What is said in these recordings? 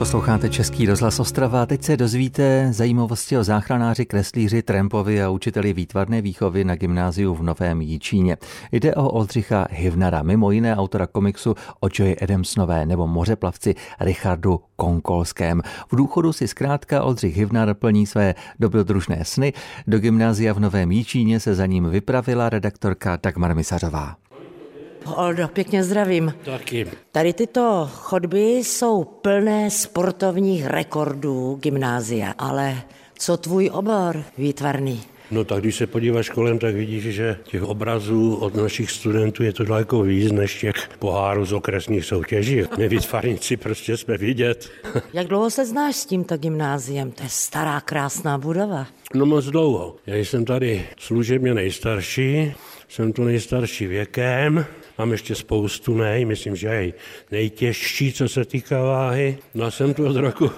Posloucháte Český rozhlas Ostrava. Teď se dozvíte zajímavosti o záchranáři, kreslíři, trampovi a učiteli výtvarné výchovy na gymnáziu v Novém Jičíně. Jde o Oldřicha Hivnara, mimo jiné autora komiksu o Joy Adamsové nebo mořeplavci Richardu Konkolském. V důchodu si zkrátka Oldřich Hivnar plní své dobrodružné sny. Do gymnázia v Novém Jičíně se za ním vypravila redaktorka Dagmar Misařová. Oldo, pěkně zdravím. Taky. Tady tyto chodby jsou plné sportovních rekordů gymnázia, ale co tvůj obor výtvarný? No tak když se podíváš kolem, tak vidíš, že těch obrazů od našich studentů je to daleko víc než těch pohárů z okresních soutěží. My výtvarníci prostě jsme vidět. Jak dlouho se znáš s tímto gymnáziem? To je stará, krásná budova. No moc dlouho. Já jsem tady služebně nejstarší, jsem tu nejstarší věkem, mám ještě spoustu myslím, že i nejtěžší, co se týká váhy. No a jsem tu od roku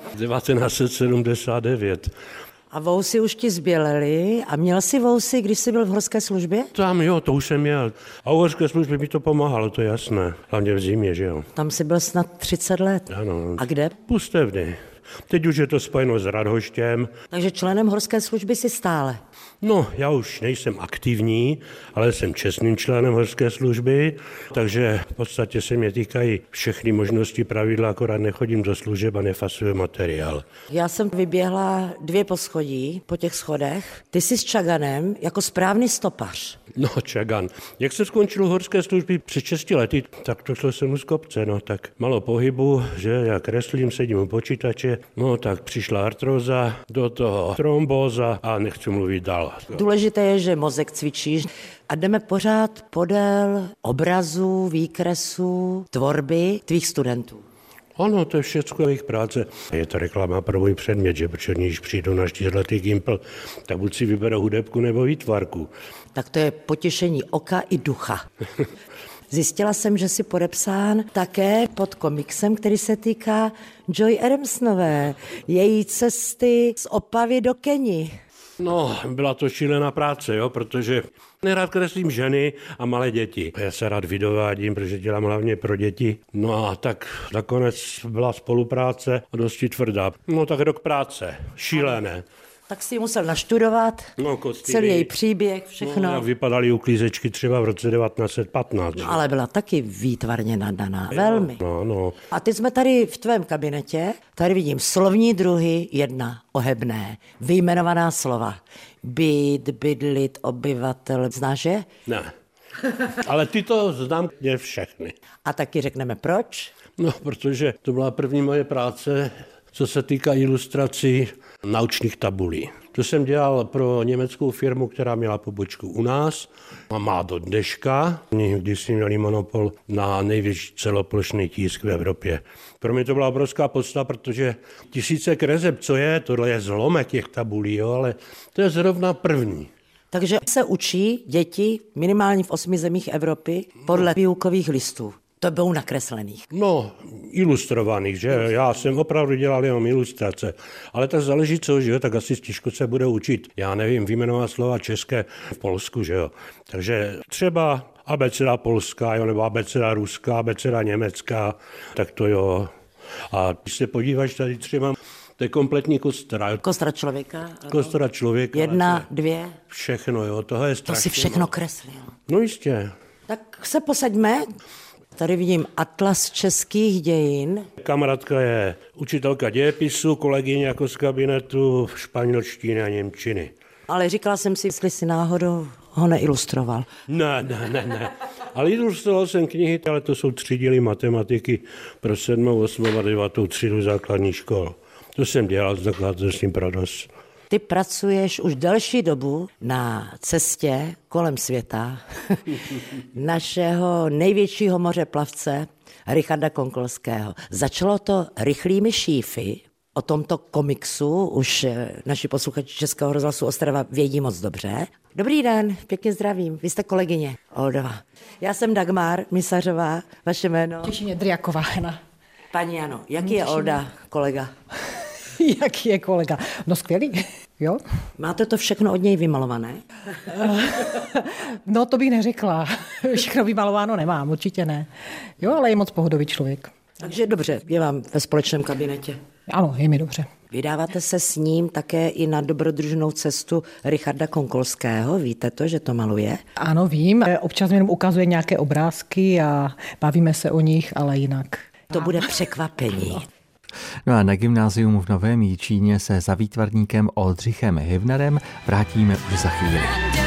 1979. A vousy už ti zbělely a měl jsi vousy, když jsi byl v horské službě? Tam jo, to už jsem měl. A u horské služby mi to pomáhalo, to je jasné. Hlavně v zimě, že jo. Tam jsi byl snad 30 let. Ano. A kde? Pustevny. Teď už je to spojeno s Radhoštěm. Takže členem horské služby jsi stále. No, já už nejsem aktivní, ale jsem čestným členem horské služby, takže v podstatě se mě týkají všechny možnosti pravidla, akorát nechodím do služeb a nefasuju materiál. Já jsem vyběhla 2 poschodí po těch schodech. Ty jsi s čaganem jako správný stopař. No, čagan. Jak se skončil horské služby před 6 lety, tak to šlo jsem z kopce, no tak malo pohybu, že já kreslím, sedím u počítače, no tak přišla artróza, do toho trombóza a nechci mluvit dál. Důležité je, že mozek cvičíš a jdeme pořád podél obrazů, výkresů, tvorby tvých studentů. Ano, to je všechno jejich práce. Je to reklama pro můj předmět, že protože když přijdu na 4letý gimpl, tak buď si vyberou hudebku nebo výtvarku. Tak to je potěšení oka i ducha. Zjistila jsem, že jsi podepsán také pod komiksem, který se týká Joy Adamsové, její cesty z Opavy do Keni. No, byla to šílená práce, jo, protože nerad kreslím ženy a malé děti. Já se rád vydovádím, protože dělám hlavně pro děti. No a tak nakonec byla spolupráce dosti tvrdá. No tak rok práce, šílené. Tak si musel naštudovat celý její příběh, všechno. No, jak vypadaly uklízečky třeba v roce 1915. No, ale byla taky výtvarně nadaná, velmi. No. A teď jsme tady v tvém kabinetě, tady vidím slovní druhy 1, ohebné, vyjmenovaná slova. Být, bydlit, obyvatel, znáš je? Ne, ale ty to znám je všechny. A taky řekneme proč? No, protože to byla první moje práce, co se týká ilustrací naučných tabulí. To jsem dělal pro německou firmu, která měla pobočku u nás a má do dneška, když jsme měli monopol na největší celoplošný tisk v Evropě. Pro mě to byla obrovská podsta, protože tisíce kreseb, co je, tohle je zlomek těch tabulí, jo, ale to je zrovna první. Takže se učí děti minimálně v 8 zemích Evropy podle výukových listů. To budou nakreslených. No, ilustrovaných, že? Já jsem opravdu dělal jenom ilustrace. Ale tak záleží co, že jo? Tak asi těžko se budou učit. Já nevím, vyjmenovat slova české v Polsku, že jo? Takže třeba abeceda polská, jo? Nebo abeceda ruská, abeceda německá, tak to jo. A když se podíváš tady třeba, to je kompletní kostra. Kostra člověka. Kostra člověka. 1, 2. Všechno, jo, toho je strašně. To si všechno kreslil. No jistě. Tak se posaďme. Tady vidím Atlas českých dějin. Kamarádka je učitelka dějepisu, kolegyně jako z kabinetu španělštiny a němčiny. Ale říkala jsem si, jestli si náhodou ho neilustroval. Ne. Ale ilustroval jsem knihy, ale to jsou 3 díly matematiky pro 7., 8. a 9. třídu základních škol. To jsem dělal s dokladem Prados. Ty pracuješ už delší dobu na cestě kolem světa našeho největšího mořeplavce Richarda Konkolského. Začalo to rychlými šífy. O tomto komiksu už naši posluchači Českého rozhlasu Ostrava vědí moc dobře. Dobrý den, pěkně zdravím, vy jste kolegyně Oldova. Já jsem Dagmar Misařová, vaše jméno? Těšíně Driaková Hena. Paní Jano, jaký je Olda kolega? Jaký je kolega? No skvělý, jo. Máte to všechno od něj vymalované? No to bych neřekla. Všechno vymalováno nemám, určitě ne. Jo, ale je moc pohodový člověk. Takže dobře, je vám ve společném kabinetě. Ano, je mi dobře. Vydáváte se s ním také i na dobrodružnou cestu Richarda Konkolského, víte to, že to maluje? Ano, vím. Občas mi jenom ukazuje nějaké obrázky a bavíme se o nich, ale jinak. To bude překvapení. No a na gymnázium v Novém Jičíně se za výtvarníkem Oldřichem Hivnarem vrátíme už za chvíli.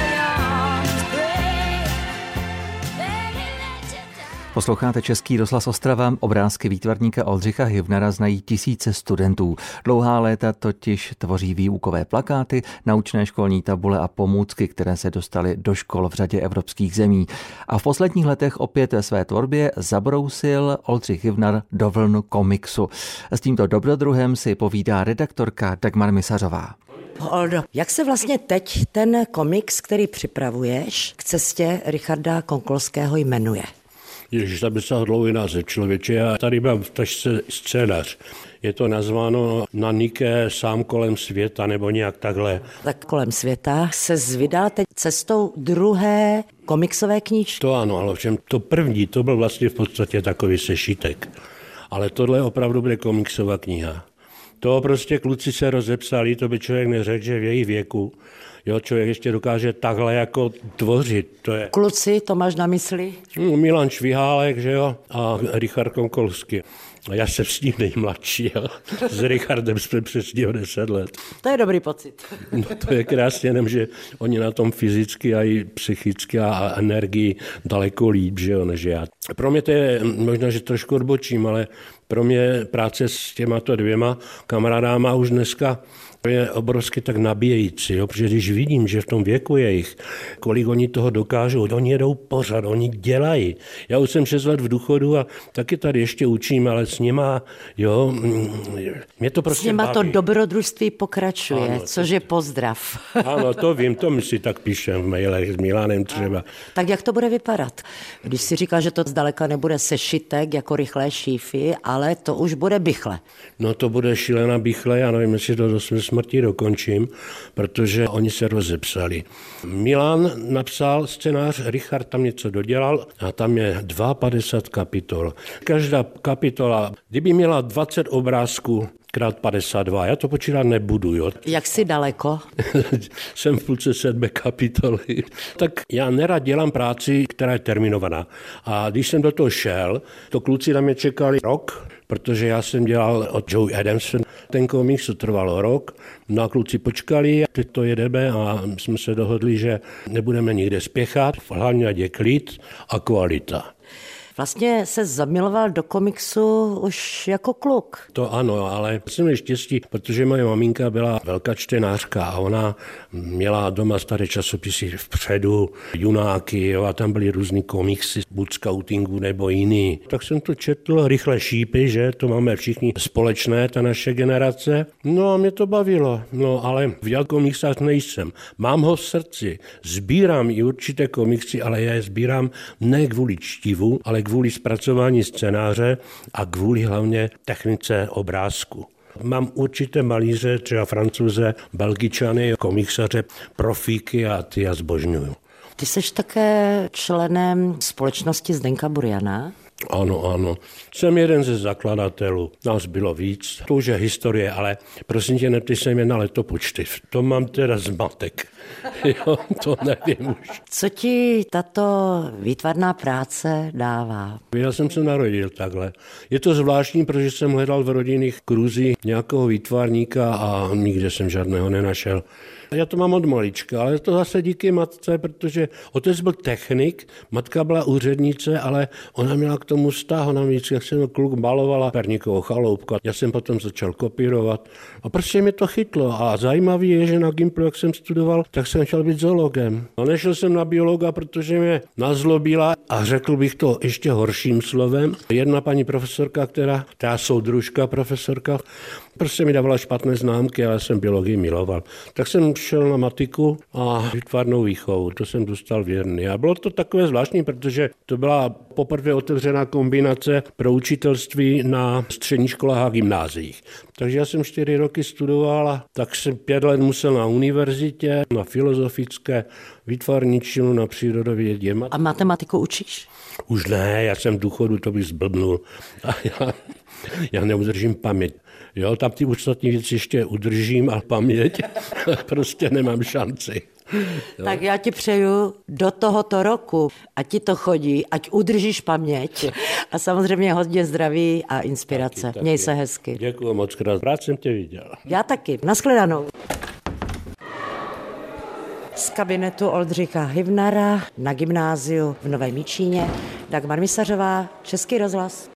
Posloucháte Český rozhlas Ostrava, obrázky výtvarníka Oldřicha Hivnara znají tisíce studentů. Dlouhá léta totiž tvoří výukové plakáty, naučné školní tabule a pomůcky, které se dostaly do škol v řadě evropských zemí. A v posledních letech opět ve své tvorbě zabrousil Oldřich Hivnar do vlnu komiksu. S tímto dobrodruhem si povídá redaktorka Dagmar Misařová. Oldo, jak se vlastně teď ten komiks, který připravuješ k cestě Richarda Konkolského jmenuje? Ježiš, tam by se dlouhý název člověče. Já tady mám v tašce scénář. Je to nazváno Na Nike sám kolem světa, nebo nějak takhle. Tak kolem světa se vydal teď cestou druhé komiksové knížky. To ano, ale všem to první, to byl vlastně v podstatě takový sešitek. Ale tohle opravdu bude komiksová kniha. To prostě kluci se rozepsali, to by člověk neřekl, že v jejich věku. Jo, člověk ještě dokáže takhle jako tvořit. To je... Kluci, to máš na mysli? Milan Švihálek, že jo, a Richard Konkolský. A já jsem s ním nejmladší, jo. S Richardem jsme přesně o 10 let. To je dobrý pocit. No to je krásně, jenom že oni na tom fyzicky a i psychicky a energii daleko líp, že jo, než já. Pro mě to je, možná, že trošku odbočím, ale pro mě práce s těmato dvěma kamarádama už dneska je obrovsky tak nabíjející, jo? Protože když vidím, že v tom věku jejich, kolik oni toho dokážou, oni jedou pořád, oni dělají. Já už jsem 6 let v důchodu a taky tady ještě učím, ale s nima, jo, mě to prostě s nima baví. To dobrodružství pokračuje, ano, což je pozdrav. Ano, to vím, to my si tak píšem v mailech s Milanem třeba. Tak jak to bude vypadat? Když si říkal, že to zdaleka nebude sešitek jako rychlé šífy, ale to už bude bichle. No to bude šílená bichle, já nevím, jestli to do smrti dokončím, protože oni se rozepsali. Milan napsal scénář, Richard tam něco dodělal a tam je 52 kapitol. Každá kapitola, kdyby měla 20 obrázků, krát 52, já to počítat nebudu, jo. Jak jsi daleko? Jsem v půlce 7 kapitoly. Tak já nerad dělám práci, která je terminovaná. A když jsem do toho šel, to kluci na mě čekali rok, protože já jsem dělal od Joe Adamson. Ten komiks to trvalo rok, no a kluci počkali, teď to jedeme a jsme se dohodli, že nebudeme nikde spěchat, hlavně ať je klid a kvalita. Vlastně se zamiloval do komiksu už jako kluk. To ano, ale jsem měl štěstí, protože moje maminka byla velká čtenářka a ona měla doma staré časopisy vpředu, Junáky, jo, a tam byly různý komiksy, buď skautingu nebo jiný. Tak jsem to četl, Rychlé šípy, že to máme všichni společné, ta naše generace. No a mě to bavilo, no ale v komiksách nejsem. Mám ho v srdci, sbírám i určité komiksy, ale já je sbírám ne kvůli čtivu, ale kvůli zpracování scénáře a kvůli hlavně technice obrázku. Mám určité malíře, třeba Francouze, Belgičany, komiksaře, profíky a ty já zbožňuju. Ty jsi také členem společnosti Zdenka Buriana? Ano. Jsem jeden ze zakladatelů. Nás bylo víc. To už je historie, ale prosím tě, neptej se mě na letopočty. To mám teda zmatek. Jo, to nevím už. Co ti tato výtvarná práce dává? Já jsem se narodil takhle. Je to zvláštní, protože jsem hledal v rodinných kruzích nějakého výtvarníka a nikde jsem žádného nenašel. Já to mám od malička, ale to zase díky matce, protože otec byl technik, matka byla úřednice, ale ona měla k tomu vztah, ona mi jak jsem kluk malovala perníkovou chaloupku. Já jsem potom začal kopírovat a prostě mě to chytlo. A zajímavé je, že na Gimplu, jak jsem studoval, tak jsem chtěl být zoologem. A nešel jsem na biologa, protože mě nazlobila a řekl bych to ještě horším slovem. Jedna paní profesorka, která soudružka profesorka, prostě mi dávala špatné známky, ale já jsem biologii miloval. Tak jsem šel na matiku a výtvarnou výchovu, to jsem dostal věrný. A bylo to takové zvláštní, protože to byla poprvé otevřená vyčleněná kombinace pro učitelství na středních školách a gymnáziích. Takže já jsem 4 roky studoval a tak jsem 5 let musel na univerzitě, na filozofické, výtvarničinu, na přírodovědě. A matematiku učíš? Už ne, já jsem v důchodu, to bych zblbnul. A já neudržím paměť. Jo, tam ty ostatní věci ještě udržím a paměť prostě nemám šanci. Jo. Tak já ti přeju do tohoto roku, ať ti to chodí, ať udržíš paměť a samozřejmě hodně zdraví a inspirace. Taky. Měj se hezky. Děkuji moc krát, rád jsem tě viděl. Já taky, nashledanou. Z kabinetu Oldřicha Hivnara na gymnáziu v Novém Jičíně Dagmar Misařová, Český rozhlas.